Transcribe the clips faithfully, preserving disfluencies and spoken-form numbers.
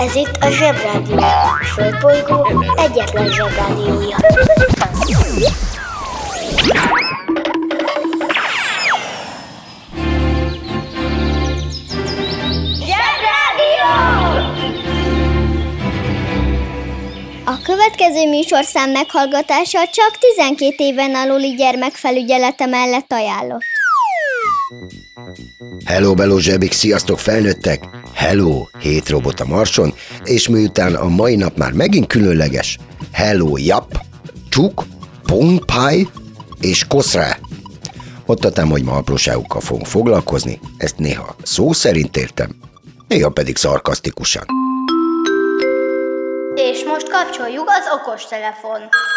Ez itt a Zsebrádió, a Földbolygó egyetlen Zsebrádiója. Zsebrádió! A következő műsorszám meghallgatása csak tizenkét éven aluli gyermekfelügyelete mellett ajánlott. Hello, bello, zsebik, sziasztok felnőttek! Hello, hét robot a Marson, és miután a mai nap már megint különleges, hello, jap, csuk, pongpáj és koszrá. Mondhatnám, hogy ma apróságokkal fogunk foglalkozni, ezt néha szó szerint értem, néha pedig szarkasztikusan. És most kapcsoljuk az okostelefon.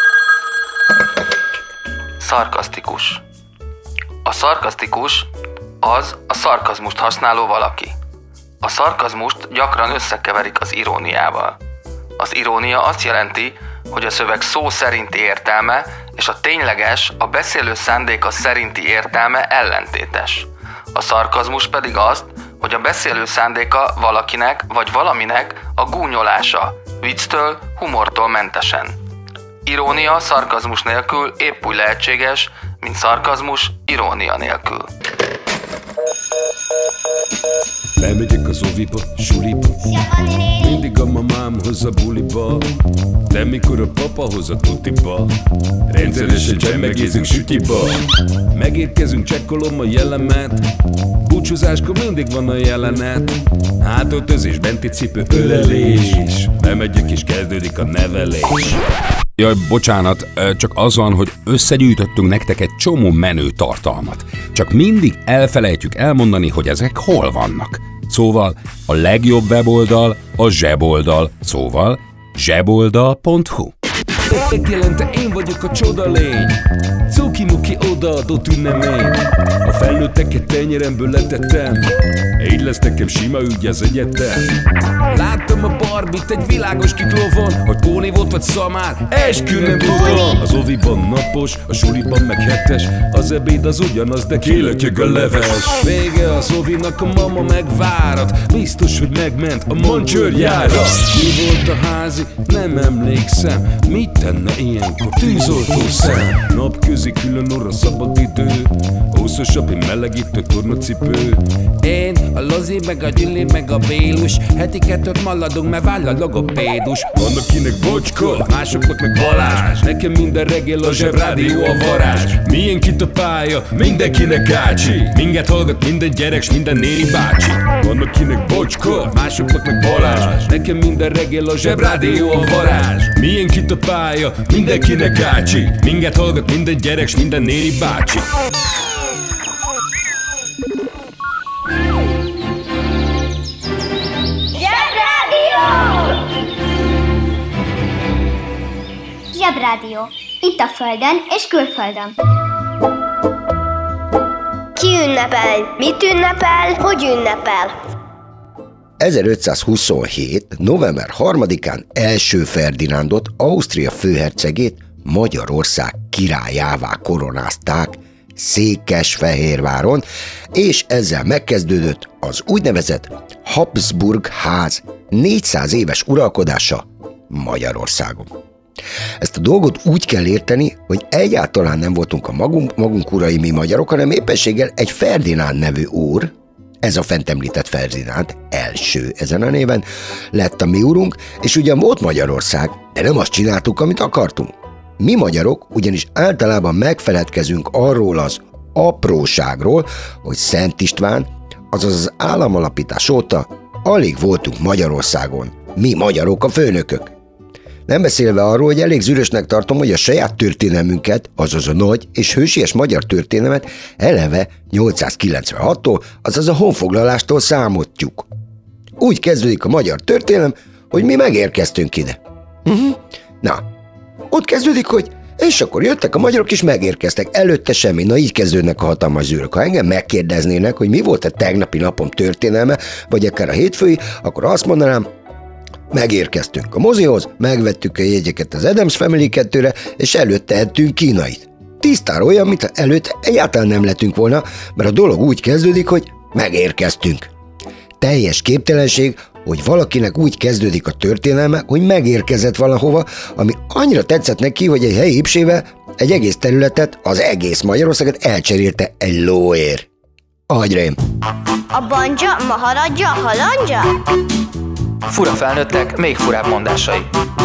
Szarkasztikus. A szarkasztikus az a szarkazmust használó valaki. A szarkazmust gyakran összekeverik az iróniával. Az irónia azt jelenti, hogy a szöveg szó szerinti értelme és a tényleges, a beszélő szándéka szerinti értelme ellentétes. A szarkazmus pedig azt, hogy a beszélő szándéka valakinek vagy valaminek a gúnyolása, vicctől, humortól mentesen. Irónia szarkazmus nélkül épp úgy lehetséges, mint szarkazmus irónia nélkül. Bemegyek az oviba, suliba, mindig a mamám hoz a buliba, de mikor a papa hoz a tutiba, rendszeresen csemmegézünk sütiba. Megérkezünk, csekkolom a jellemet, búcsúzáskor mindig van a jelenet, hátöltözés, benti cipő, ölelés, bemegyek és kezdődik a nevelés. Jaj, bocsánat, csak az van, hogy összegyűjtöttünk nektek egy csomó menő tartalmat. Csak mindig elfelejtjük elmondani, hogy ezek hol vannak. Szóval a legjobb weboldal a zseboldal, szóval zseboldal pont hu. Megjelente én vagyok a csodalény, cuki-muki odaadott ünnemény. A felnőtteket tenyeremből letettem, így lesz nekem sima ügy az egyetem. Láttam a Barbit egy világos kiklovon, hogy Póni volt vagy szamár, eskü nem tudom. Az oviban napos, a suliban meg hetes, az ebéd az ugyanaz, de kilötyög a leves. Vége az ovinak, a mama megvárat, biztos, hogy megment a mancsőrjára. Mi volt a házi? Nem emlékszem. Mit tenne ilyenkor tűzoltó szem? Napközi külön orra szabad idő, húszosabb, egy melegítő tornacipő. Én, a Lozi, meg a Gyüli, meg a Bélus, heti kettőt maladunk, mert váll a logopédus. Van akinek Bocska, másoknak meg Balázs, nekem minden reggel a Zsebrádió a varázs. Milyen kit a pálya, mindenkinek ácsi, minket hallgat minden gyerek s minden néri bácsi. Van akinek Bocska, másoknak meg Balázs, nekem minden reggel a Zsebrádió a varázs. Milyen kit a pálya, mindenkinek ácsi, minket hallgat minden gyerek s minden néri bácsi. Zsebrádió. Itt a Földön és külföldön. Ki ünnepel? Mit ünnepel? Hogy ünnepel? ezerötszázhuszonhét. november harmadikán első Ferdinándot, Ausztria főhercegét Magyarország királyává koronázták Székesfehérváron, és ezzel megkezdődött az úgynevezett Habsburg ház négyszáz éves uralkodása Magyarországon. Ezt a dolgot úgy kell érteni, hogy egyáltalán nem voltunk a magunk, magunk urai mi magyarok, hanem éppenséggel egy Ferdinánd nevű úr, ez a fent említett Ferdinánd első ezen a néven, lett a mi úrunk, és ugyan volt Magyarország, de nem azt csináltuk, amit akartunk. Mi magyarok ugyanis általában megfeledkezünk arról az apróságról, hogy Szent István, azaz az államalapítás óta alig voltunk Magyarországon, mi magyarok a főnökök. Nem beszélve arról, hogy elég zűrösnek tartom, hogy a saját történelmünket, azaz a nagy és hősies magyar történelmet eleve nyolcszázkilencvenhattól, azaz a honfoglalástól számoltjuk. Úgy kezdődik a magyar történelem, hogy mi megérkeztünk ide. Uh-huh. Na, ott kezdődik, hogy és akkor jöttek a magyarok és megérkeztek, előtte semmi, na így kezdődnek a hatalmas zűrök. Ha engem megkérdeznének, hogy mi volt a tegnapi napom történelme, vagy akár a hétfői, akkor azt mondanám, megérkeztünk a mozihoz, megvettük a jegyeket az Addams Family kettőre, és előtte ettünk kínait. Tisztára olyan, mint előtt egyáltalán nem lettünk volna, mert a dolog úgy kezdődik, hogy megérkeztünk. Teljes képtelenség, hogy valakinek úgy kezdődik a történelme, hogy megérkezett valahova, ami annyira tetszett neki, hogy egy helyi épsével egy egész területet, az egész Magyarországot elcserélte egy lóér. Agyrém! A banja, maharadja, halandja? Fura felnőttek, még furább mondásai.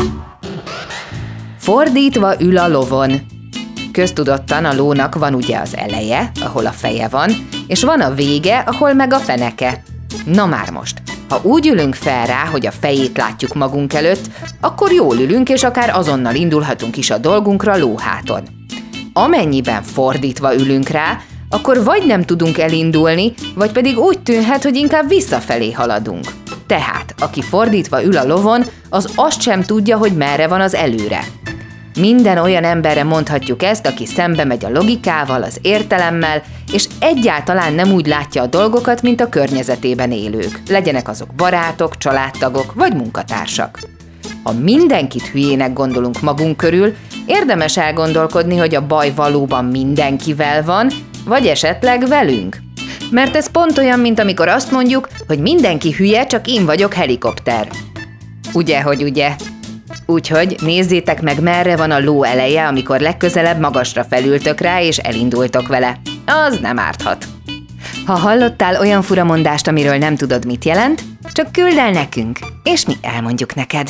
Fordítva ül a lovon. Köztudottan a lónak van ugye az eleje, ahol a feje van, és van a vége, ahol meg a feneke. Na már most, ha úgy ülünk fel rá, hogy a fejét látjuk magunk előtt, akkor jól ülünk, és akár azonnal indulhatunk is a dolgunkra lóháton. Amennyiben fordítva ülünk rá, akkor vagy nem tudunk elindulni, vagy pedig úgy tűnhet, hogy inkább visszafelé haladunk. Tehát, aki fordítva ül a lovon, az azt sem tudja, hogy merre van az előre. Minden olyan emberre mondhatjuk ezt, aki szembe megy a logikával, az értelemmel, és egyáltalán nem úgy látja a dolgokat, mint a környezetében élők. Legyenek azok barátok, családtagok vagy munkatársak. Ha mindenkit hülyének gondolunk magunk körül, érdemes elgondolkodni, hogy a baj valóban mindenkivel van, vagy esetleg velünk. Mert ez pont olyan, mint amikor azt mondjuk, hogy mindenki hülye, csak én vagyok helikopter. Ugye, hogy ugye? Úgyhogy nézzétek meg, merre van a ló eleje, amikor legközelebb magasra felültök rá, és elindultok vele. Az nem árthat. Ha hallottál olyan furamondást, amiről nem tudod, mit jelent, csak küld el nekünk, és mi elmondjuk neked.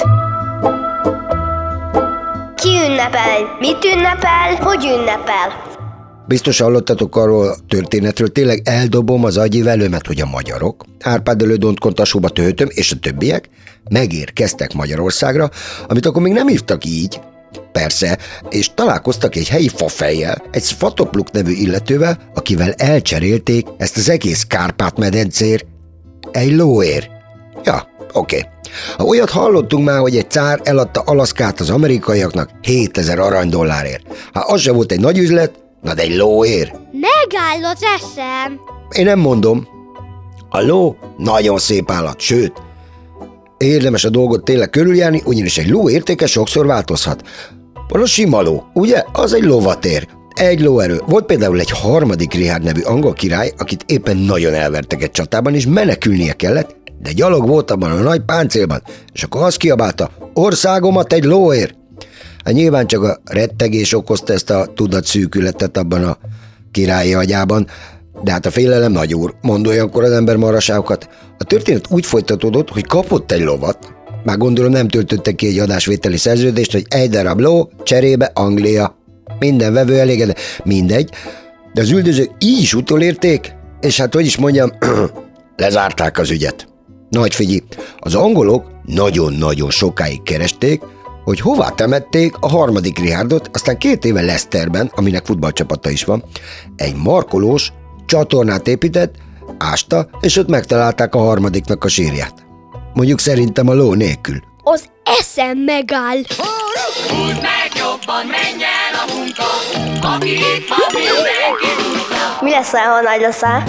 Ki ünnepel? Mit ünnepel? Hogy ünnepel? Biztos hallottatok arról a történetről, tényleg eldobom az agyi velőmet, hogy a magyarok, Árpád Elődont, Kontasóba Töhötöm és a többiek megérkeztek Magyarországra, amit akkor még nem hívtak így, persze, és találkoztak egy helyi fafejjel, egy Svatopluk nevű illetővel, akivel elcserélték ezt az egész Kárpát-medencér egy lóér. Ja, oké. Okay. Ha olyat hallottunk már, hogy egy cár eladta Alaszkát az amerikaiaknak hétezer aranydollárért. Hát az se volt egy nagy üzlet, na de egy lóér. Megáll az eszem. Én nem mondom. A ló nagyon szép állat, sőt, érdemes a dolgot tényleg körüljárni, ugyanis egy ló értéke sokszor változhat. Van a sima ló, ugye? Az egy lovat ér. Egy lóerő. Volt például egy harmadik Richárd nevű angol király, akit éppen nagyon elvertek egy csatában, és menekülnie kellett, de gyalog volt abban a nagy páncélban, és akkor azt kiabálta, országomat egy ló ér. Hát nyilván csak a rettegés okozta ezt a tudatszűkületet abban a királyi agyában, de hát a félelem nagy úr, mond olyankor az ember maraságokat. A történet úgy folytatódott, hogy kapott egy lovat, már gondolom nem töltöttek ki egy adásvételi szerződést, hogy egy darab ló, cserébe Anglia. Minden vevő elégedett, mindegy, de az üldözők így is utolérték, és hát hogy is mondjam, lezárták az ügyet. Nagy figyelj, az angolok nagyon-nagyon sokáig keresték, hogy hová temették a harmadik Richárdot, aztán két éve Leicesterben, aminek futballcsapata is van, egy markolós csatornát épített, ásta, és ott megtalálták a harmadiknak a sírját. Mondjuk szerintem a ló nélkül. Az eszem megáll. Húzd meg jobban, menj el a munka, aki itt van, mindenki húzza. Mi leszel, ha nagy leszel?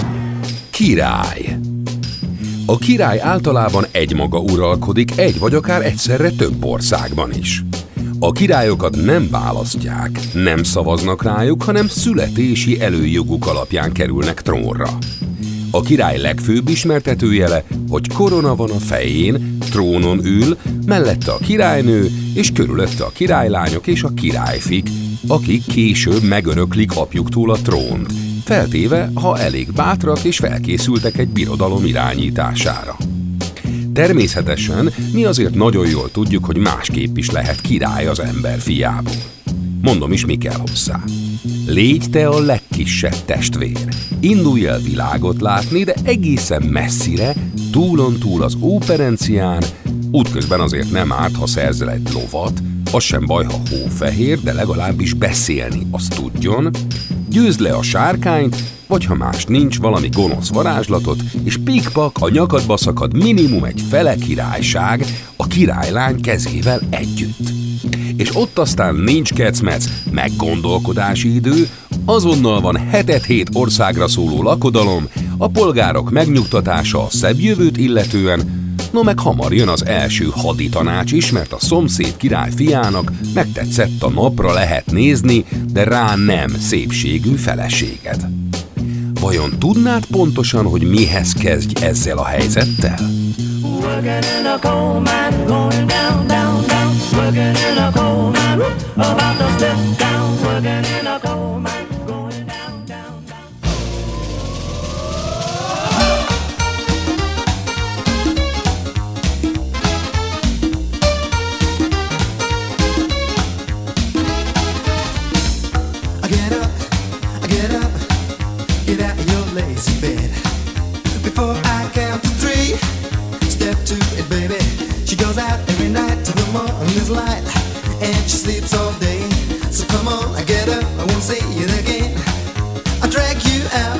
Király. A király általában egymaga uralkodik egy vagy akár egyszerre több országban is. A királyokat nem választják, nem szavaznak rájuk, hanem születési előjoguk alapján kerülnek trónra. A király legfőbb ismertetőjele, hogy korona van a fején, trónon ül, mellette a királynő, és körülötte a királylányok és a királyfik, akik később megöröklik apjuktól a trónt, feltéve, ha elég bátrak és felkészültek egy birodalom irányítására. Természetesen mi azért nagyon jól tudjuk, hogy másképp is lehet király az ember fiából. Mondom is, mi kell hozzá. Légy te a legkisebb testvér. Indulj el világot látni, de egészen messzire, túlon túl az óperencián, útközben azért nem árt, ha szerzel egy lovat, az sem baj, ha hófehér, de legalábbis beszélni azt tudjon, győzd le a sárkányt, vagy ha más nincs, valami gonosz varázslatot, és pikpak a nyakadba szakad minimum egy fele királyság a királylány kezével együtt. És ott aztán nincs kecmec, meg gondolkodási idő, azonnal van hetet hét országra szóló lakodalom, a polgárok megnyugtatása a szebb jövőt illetően, no meg hamar jön az első haditanács is, mert a szomszéd király fiának megtetszett a napra lehet nézni, de rá nem szépségű feleséged. Vajon tudnád pontosan, hogy mihez kezdj ezzel a helyzettel? working in a coal mine, going down, down, down, working in a coal mine, about to step down, working in a coal mine, going down, down, down. I get up, I get up, get out of your lazy bed. Before I count to three, step to it, baby. She goes out every night till the morning's light, and she sleeps all day. So come on, I get up, I won't say it again. I'll drag you out.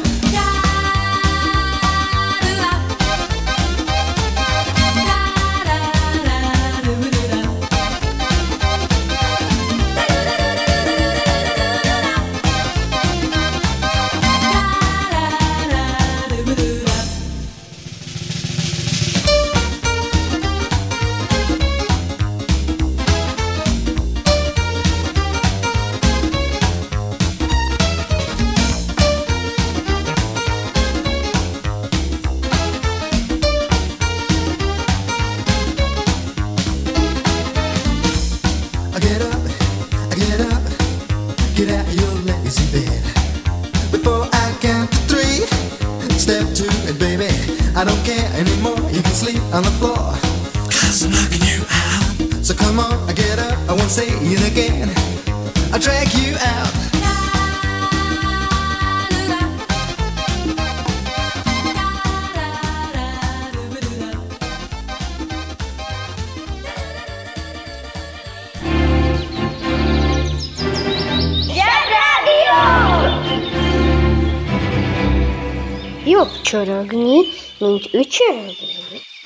I don't care anymore, you can sleep on the floor, 'cause I'm knocking you out. So come on, I get up, I won't say it again. I'll drag you out. Jobb csorogni, mint ücsörögni.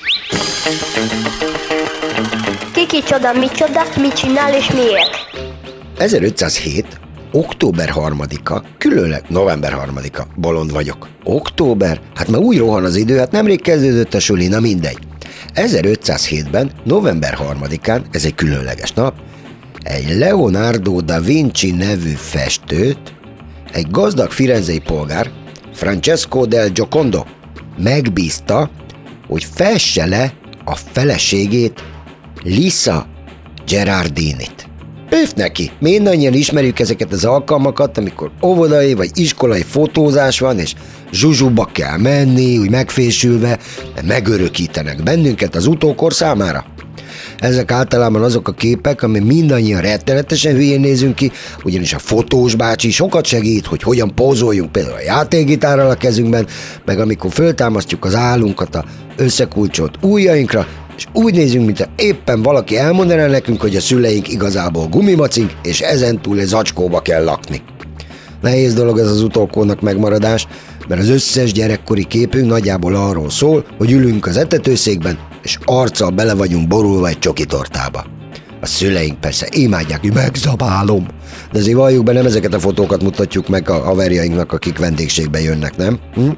Ki kicsoda, micsoda, mit csinál és miért? ezerötszázhét. október harmadika, különleg november harmadika, bolond vagyok. Október? Hát már úgy rohan az idő, hát nemrég kezdődött a suli, na mindegy. ezerötszázhétben. november harmadikán, ez egy különleges nap, egy Leonardo da Vinci nevű festőt, egy gazdag firenzei polgár, Francesco del Giocondo megbízta, hogy fesse le a feleségét, Lisa Gherardinit. Pöf neki! Mindannyian ismerjük ezeket az alkalmakat, amikor óvodai vagy iskolai fotózás van, és zsuzsuba kell menni, úgy megfésülve, megörökítenek bennünket az utókor számára. Ezek általában azok a képek, ami mindannyian rettenetesen hülyén nézünk ki, ugyanis a fotós bácsi sokat segít, hogy hogyan pózoljunk például a játékgitárral a kezünkben, meg amikor föltámasztjuk az állunkat a összekulcsolt ujjainkra, és úgy nézünk, mintha éppen valaki elmondaná nekünk, hogy a szüleink igazából gumimacink, és ezentúl egy zacskóba kell lakni. Nehéz dolog ez az utókornak megmaradás, mert az összes gyerekkori képünk nagyjából arról szól, hogy ülünk az etetőszékben, és arccal bele vagyunk borulva egy csokitortába. A szüleink persze imádják, hogy megzabálom, de azért valljuk be, nem ezeket a fotókat mutatjuk meg a haverjainknak, akik vendégségbe jönnek, nem? Hm?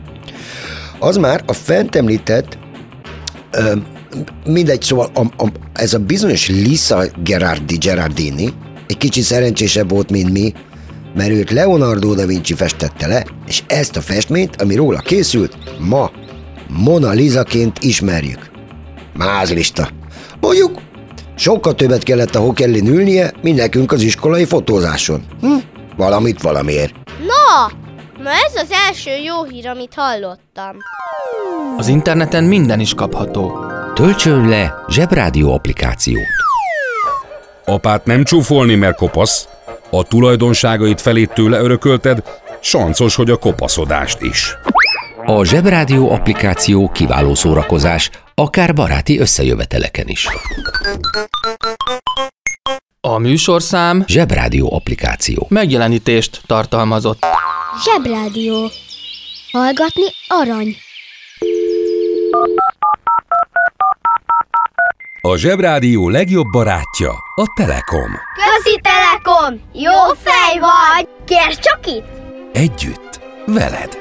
Az már a fent említett, ö, mindegy, szóval a, a, ez a bizonyos Lisa Gherardi, Gherardini egy kicsit szerencsésebb volt, mint mi, mert őt Leonardo da Vinci festette le, és ezt a festményt, ami róla készült, ma Mona Lisaként ismerjük. Mázlista. Mondjuk, sokkal többet kellett a hokellin ülnie, mint nekünk az iskolai fotózáson. Hm? Valamit valamiért. Na, na ez az első jó hír, amit hallottam. Az interneten minden is kapható. Töltsön le Zsebrádió applikációt. Apát nem csúfolni, mert kopasz. A tulajdonságait felét tőle örökölted, sancos, hogy a kopaszodást is. A Zsebrádió applikáció kiváló szórakozás, akár baráti összejöveteleken is. A műsorszám Zsebrádió applikáció megjelenítést tartalmazott. Zsebrádió. Hallgatni arany. A Zsebrádió legjobb barátja a Telekom. Közi Telekom! Jó fej vagy! Kérd csak itt! Együtt, veled.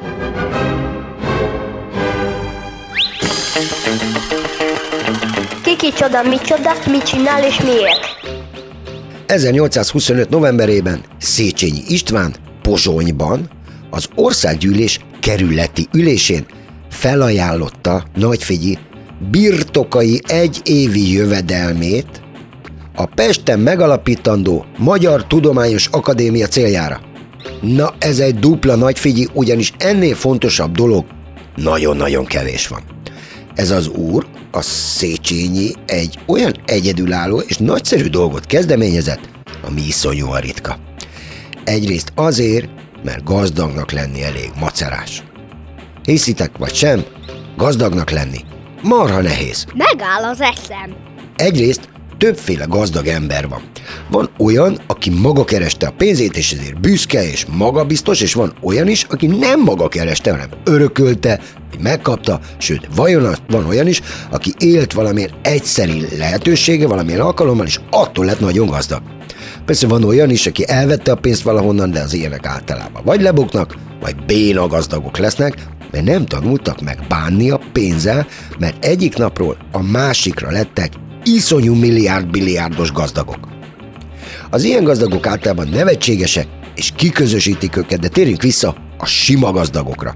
Ki kicsoda, micsoda, mit csinál és miért? ezernyolcszázhuszonöt. novemberében Széchenyi István Pozsonyban az országgyűlés kerületi ülésén felajánlotta, nagyfigyi, birtokai egy évi jövedelmét a Pesten megalapítandó Magyar Tudományos Akadémia céljára. Na, ez egy dupla nagy figyi, ugyanis ennél fontosabb dolog nagyon-nagyon kevés van. Ez az úr, a Széchenyi egy olyan egyedülálló és nagyszerű dolgot kezdeményezett, ami iszonyúan ritka. Egyrészt azért, mert gazdagnak lenni elég macerás. Hiszitek vagy sem, gazdagnak lenni marha nehéz. Megáll az eszem. Egyrészt többféle gazdag ember van. Van olyan, aki maga kereste a pénzét, és ezért büszke és magabiztos, és van olyan is, aki nem maga kereste, hanem örökölte, vagy megkapta, sőt, vajon van olyan is, aki élt valamilyen egyszeri lehetősége, valamilyen alkalommal, és attól lett nagyon gazdag. Persze van olyan is, aki elvette a pénzt valahonnan, de az ilyenek általában vagy lebuknak, vagy béna gazdagok lesznek, mert nem tanultak meg bánni a pénzzel, mert egyik napról a másikra lettek iszonyú milliárd-billiárdos gazdagok. Az ilyen gazdagok általában nevetségesek, és kiközösítik őket, de térjünk vissza a sima gazdagokra.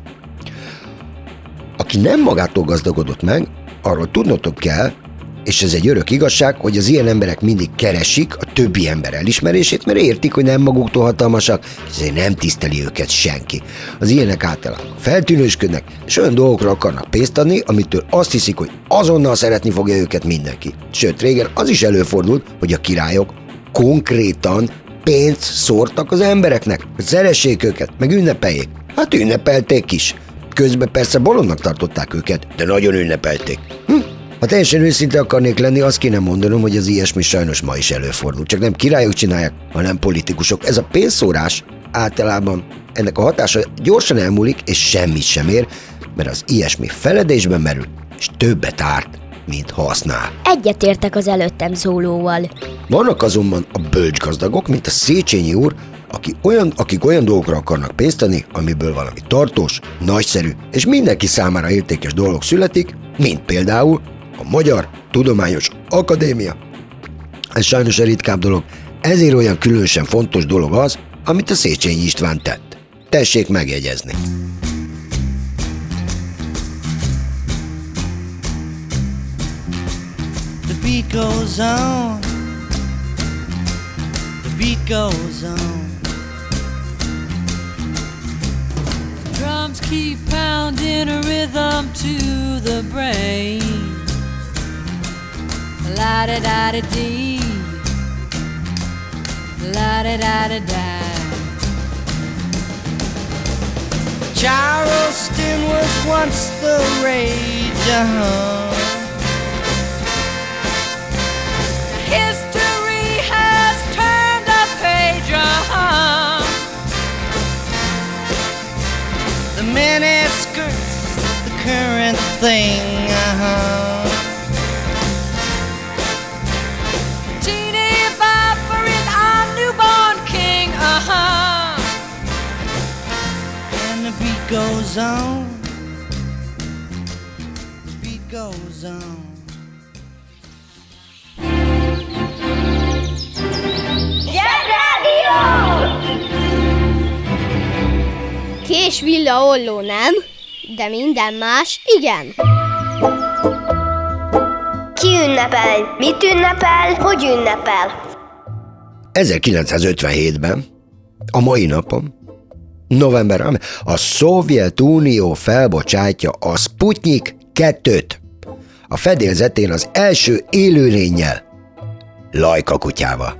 Aki nem magától gazdagodott meg, arról tudnotok kell, és ez egy örök igazság, hogy az ilyen emberek mindig keresik a többi ember elismerését, mert értik, hogy nem maguktól hatalmasak, és ezért nem tiszteli őket senki. Az ilyenek általában feltűnősködnek, és olyan dolgokra akarnak pénzt adni, amitől azt hiszik, hogy azonnal szeretni fogja őket mindenki. Sőt, régen az is előfordult, hogy a királyok konkrétan pénzt szórtak az embereknek, hogy szeressék őket, meg ünnepeljék. Hát ünnepelték is. Közben persze bolondnak tartották őket, de nagyon ünnepelték. Hm? Ha teljesen őszinte akarnék lenni, azt kéne mondanom, hogy az ilyesmi sajnos ma is előfordul. Csak nem királyok csinálják, hanem politikusok. Ez a pénzszórás általában ennek a hatása gyorsan elmúlik, és semmit sem ér, mert az ilyesmi feledésben merül, és többet árt, mint használ. Egyetértek az előttem szólóval. Vannak azonban a bölcsgazdagok, mint a Széchenyi úr, aki olyan, akik olyan dolgokra akarnak pénzt adni, amiből valami tartós, nagyszerű és mindenki számára értékes dolog születik, mint például a Magyar Tudományos Akadémia. Ez sajnos a ritkább dolog, ezért olyan különösen fontos dolog az, amit a Széchenyi István tett. Tessék megjegyezni! The beat goes on, the beat goes on. Drums keep pounding a rhythm to the brain. La-da-da-da-dee, la-da-da-da-da. Charleston was once the rage, uh-huh. History has turned a page, uh-huh. The miniskirt's the current thing, uh-huh. Teeny Bopper is our newborn king, uh-huh. And the beat goes on, the beat goes on. Kés villa olló nem, de minden más igen. Ki ünnepel? Mit ünnepel? Hogy ünnepel? ezerkilencszázötvenhétben, a mai napon, november, a Szovjetunió felbocsátja a Sputnik kettőt. A fedélzetén az első élőlénnyel, Lajka kutyával.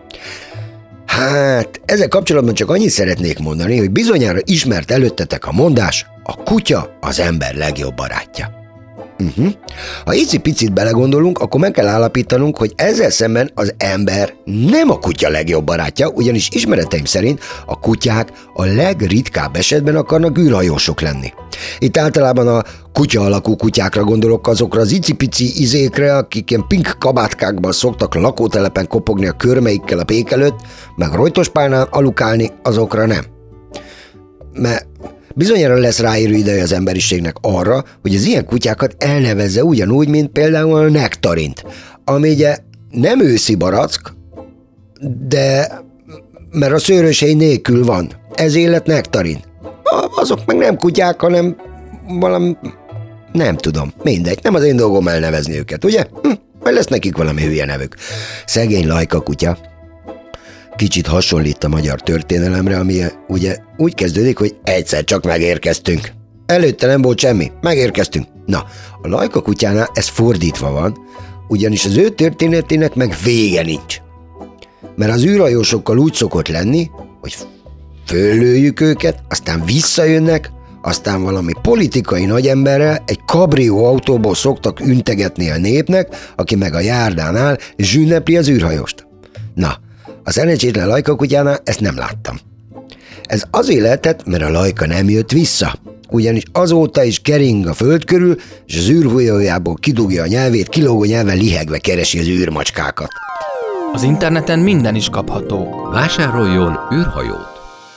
Hát, ezzel kapcsolatban csak annyit szeretnék mondani, hogy bizonyára ismert előttetek a mondás, a kutya az ember legjobb barátja. Uh-huh. Ha icipicit belegondolunk, akkor meg kell állapítanunk, hogy ezzel szemben az ember nem a kutya legjobb barátja, ugyanis ismereteim szerint a kutyák a legritkább esetben akarnak űrhajósok lenni. Itt általában a kutya alakú kutyákra gondolok, azokra az icipici izékre, akik ilyen pink kabátkákban szoktak lakótelepen kopogni a körmeikkel a pék előtt, meg rojtospálnál alukálni, azokra nem. Mert bizonyára lesz ráérő ideje az emberiségnek arra, hogy az ilyen kutyákat elnevezze ugyanúgy, mint például a nektarint, ami ugye nem őszi barack, de mert a szőrösei nélkül van. Ez élet nektarin. Azok meg nem kutyák, hanem valami Nem tudom, mindegy, nem az én dolgom elnevezni őket, ugye? Hm, vagy lesz nekik valami hülye nevük. Szegény Lajka kutya. Kicsit hasonlít a magyar történelemre, ami ugye úgy kezdődik, hogy egyszer csak megérkeztünk. Előtte nem volt semmi, megérkeztünk. Na, a Lajka kutyánál ez fordítva van, ugyanis az ő történetének meg vége nincs. Mert az űrhajósokkal úgy szokott lenni, hogy föllőjük őket, aztán visszajönnek, aztán valami politikai nagyemberrel egy kabrió autóból szoktak üntegetni a népnek, aki meg a járdán áll, és ünnepli az űrhajóst. Na, a szerencsétlen Lajka kutyánál ezt nem láttam. Ez azért lehetett, mert a Lajka nem jött vissza, ugyanis azóta is kering a föld körül, és az űrhajójából kidugja a nyelvét, kilógó nyelven lihegve keresi az űrmacskákat. Az interneten minden is kapható. Vásároljon űrhajót!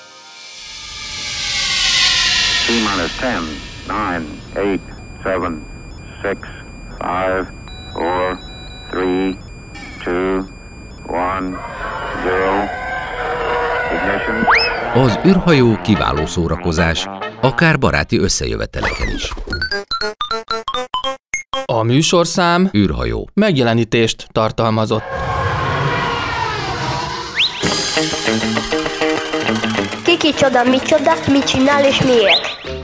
T-minus ten, nine, eight, seven, six, five, four, three, two, one, zero. Ignition. Az űrhajó kiváló szórakozás, akár baráti összejöveteleken is. A műsorszám űrhajó megjelenítést tartalmazott. Ki kicsoda, micsoda, mit csinál és miért?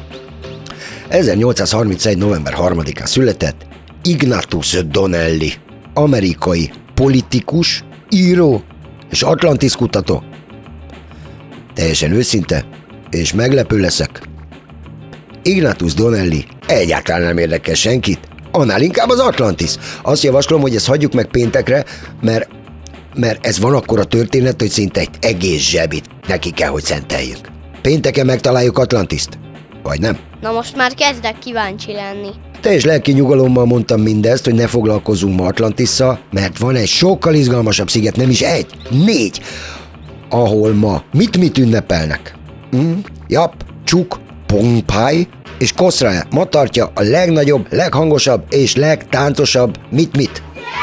ezernyolcszázharmincegy. november harmadikán született Ignatius Donnelly, amerikai politikus, író és Atlantis kutató. Teljesen őszinte, és meglepő leszek. Ignatius Donnelly egyáltalán nem érdekel senkit, annál inkább az Atlantis. Azt javaslom, hogy ezt hagyjuk meg péntekre, mert, mert ez van akkora történet, hogy szinte egy egész zsebit neki kell, hogy szenteljünk. Pénteken megtaláljuk Atlantiszt, vagy nem? Na most már kezdek kíváncsi lenni. Teljes lelki nyugalommal mondtam mindezt, hogy ne foglalkozzunk ma Atlantisszal, mert van egy sokkal izgalmasabb sziget, nem is egy, négy, ahol ma mit-mit ünnepelnek. Hm? Jap, Csuk, Pompeii és Koszrae ma tartja a legnagyobb, leghangosabb és legtáncosabb mit-mit.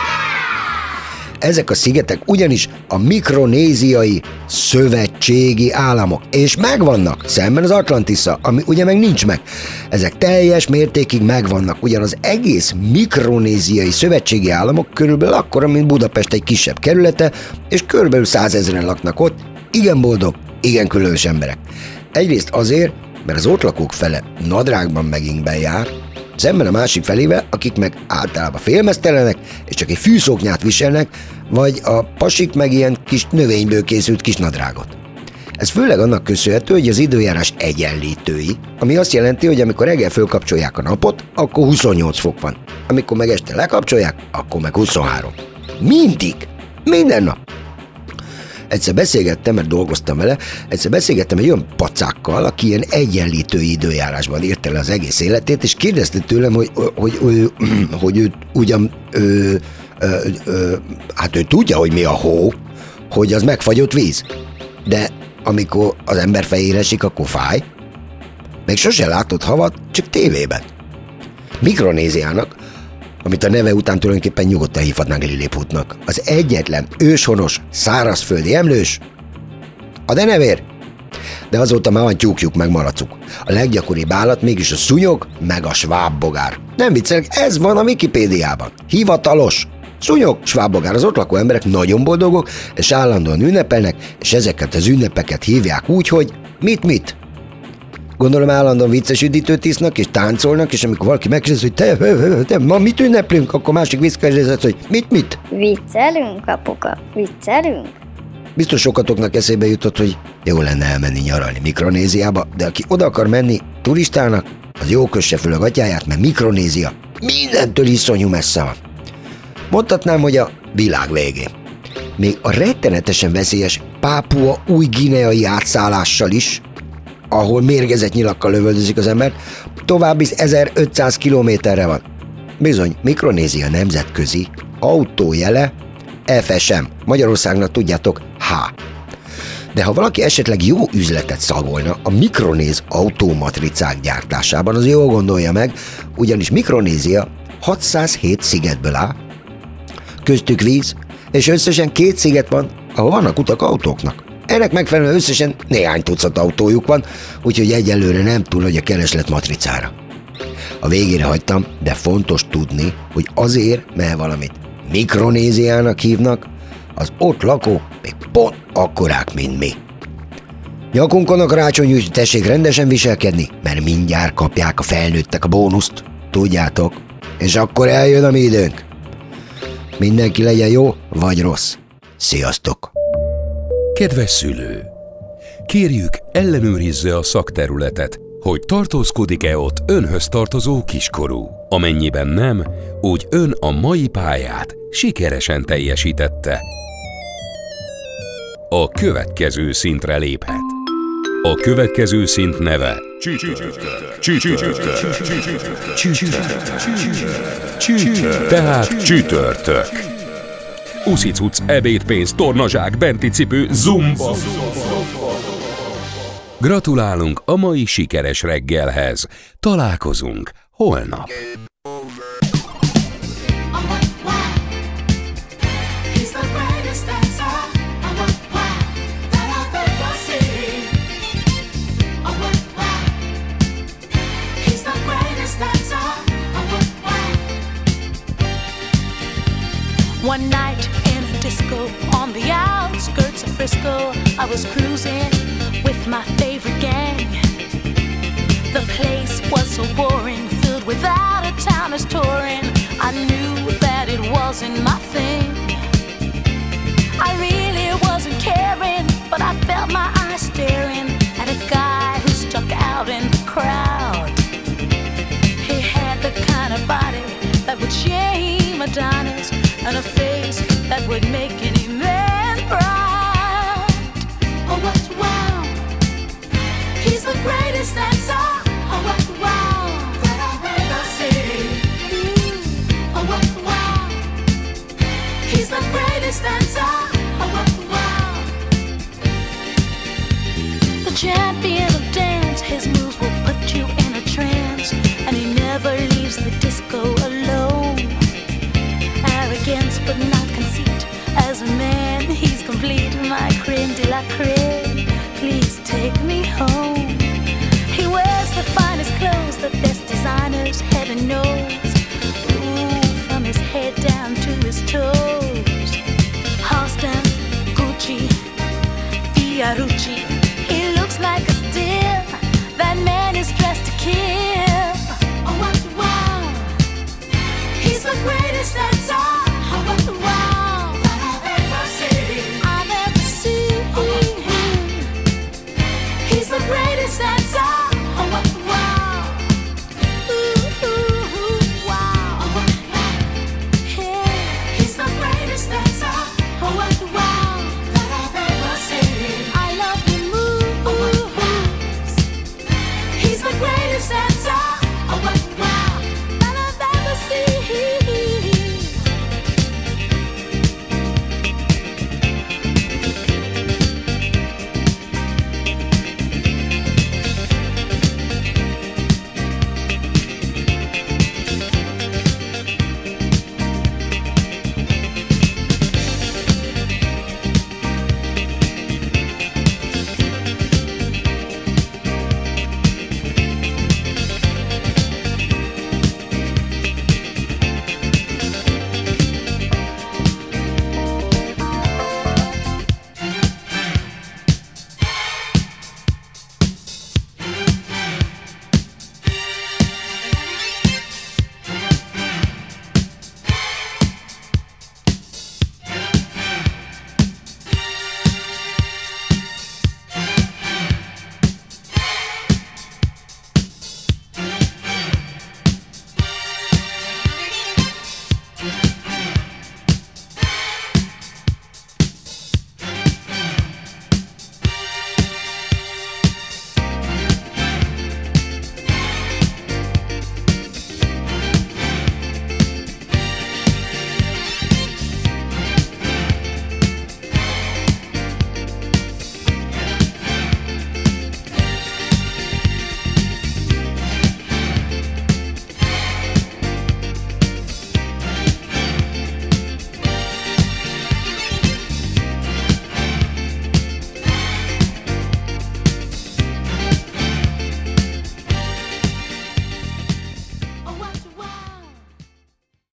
Ezek a szigetek ugyanis a mikronéziai szövetségi államok, és megvannak, szemben az Atlantissal, ami ugye meg nincs meg. Ezek teljes mértékig megvannak, ugyan az egész mikronéziai szövetségi államok körülbelül akkora, mint Budapest egy kisebb kerülete, és körülbelül százezren laknak ott, igen boldog, igen különös emberek. Egyrészt azért, mert az ott lakók fele nadrágban megint bejár, szemben a másik felével, akik meg általában félmeztelenek, és csak egy fűszoknyát viselnek, vagy a pasik meg ilyen kis növényből készült kis nadrágot. Ez főleg annak köszönhető, hogy az időjárás egyenlítői, ami azt jelenti, hogy amikor reggel fölkapcsolják a napot, akkor huszonnyolc fok van. Amikor meg este lekapcsolják, akkor meg huszonhárom. Mindig! Minden nap! Egyszer beszélgettem, mert dolgoztam vele, egyszer beszélgettem egy olyan pacákkal, aki ilyen egyenlítői időjárásban érte le az egész életét, és kérdezte tőlem, hogy, hogy, hogy, hogy ő ugyan, ő, ö, ö, hát ő tudja, hogy mi a hó, hogy az megfagyott víz, de amikor az ember fejére esik, akkor fáj. Még sose látott havat, csak tévében. Mikronéziának, amit a neve után tulajdonképpen nyugodtan hívhatnánk Lilliputnak, az egyetlen őshonos, szárazföldi emlős a denevér. De azóta már van tyúkjuk meg malacuk. A leggyakoribb állat mégis a szúnyog meg a svábbogár. Nem viccelek, ez van a Wikipédiában. Hivatalos. Szúnyog, svábbogár. Az ott lakó emberek nagyon boldogok, és állandóan ünnepelnek, és ezeket az ünnepeket hívják úgy, hogy mit-mit. Gondolom állandóan vicces üdítőt isznak, és táncolnak, és amikor valaki megkérdezi, hogy te, te, te, ma mit ünneplünk, akkor másik visszakérdezett, hogy mit-mit? Viccelünk, apuka, viccelünk? Biztos sokatoknak eszébe jutott, hogy jó lenne elmenni nyaralni Mikronéziába, de aki oda akar menni turistának, az jó kösse föl a gatyáját, mert Mikronézia mindentől iszonyú messze van. Mondhatnám, hogy a világ végén. Még a rettenetesen veszélyes Pápua új-guineai átszállással is, ahol mérgezett nyilakkal lövöldözik az ember, további ezerötszáz kilométerre van. Bizony, Mikronézia nemzetközi autójele ef es em, Magyarországnak tudjátok H. De ha valaki esetleg jó üzletet szagolna a mikronéz autómatricák gyártásában, az jól gondolja meg, ugyanis Mikronézia hatszázhét szigetből áll, köztük víz, és összesen két sziget van, ahol vannak utak autóknak. Ennek megfelelően összesen néhány tucat autójuk van, úgyhogy egyelőre nem túl nagy a kereslet matricára. A végére hagytam, de fontos tudni, hogy azért, mert valamit Mikronéziának hívnak, az ott lakók még pont akkorák, mint mi. Nyakunkon a karácsony, úgy tessék rendesen viselkedni, mert mindjárt kapják a felnőttek a bónuszt. Tudjátok? És akkor eljön a mi időnk. Mindenki legyen jó vagy rossz. Sziasztok! Kedves szülő! Kérjük, ellenőrizze a szakterületet, hogy tartózkodik-e ott önhöz tartozó kiskorú. Amennyiben nem, úgy ön a mai pályát sikeresen teljesítette. A következő szintre léphet. A következő szint neve Csütörtök. Csütörtök. Csütörtök. Tehát csütörtök. Uszicuc, ebédpénz, tornazsák, benti cipő, zumba. Gratulálunk a mai sikeres reggelhez. Találkozunk holnap. One night in a disco on the outskirts of Frisco, I was cruising with my favorite gang. The place was so boring, filled with out-of-towners touring. I knew that it wasn't my thing. I really wasn't caring, but I felt my eyes staring at a guy who stuck out in the crowd. He had the kind of body that would shame Adonis, and a face that would make any man proud. Oh, what wow! He's the greatest dancer. Oh, what wow! That I've ever seen. Mm. Oh, what wow! He's the greatest dancer. Oh, what wow! The champion of dance, his moves will put you in a trance, and he never leaves the disco alone. Arrogance but not conceit. As a man, he's complete, my creme de la creme.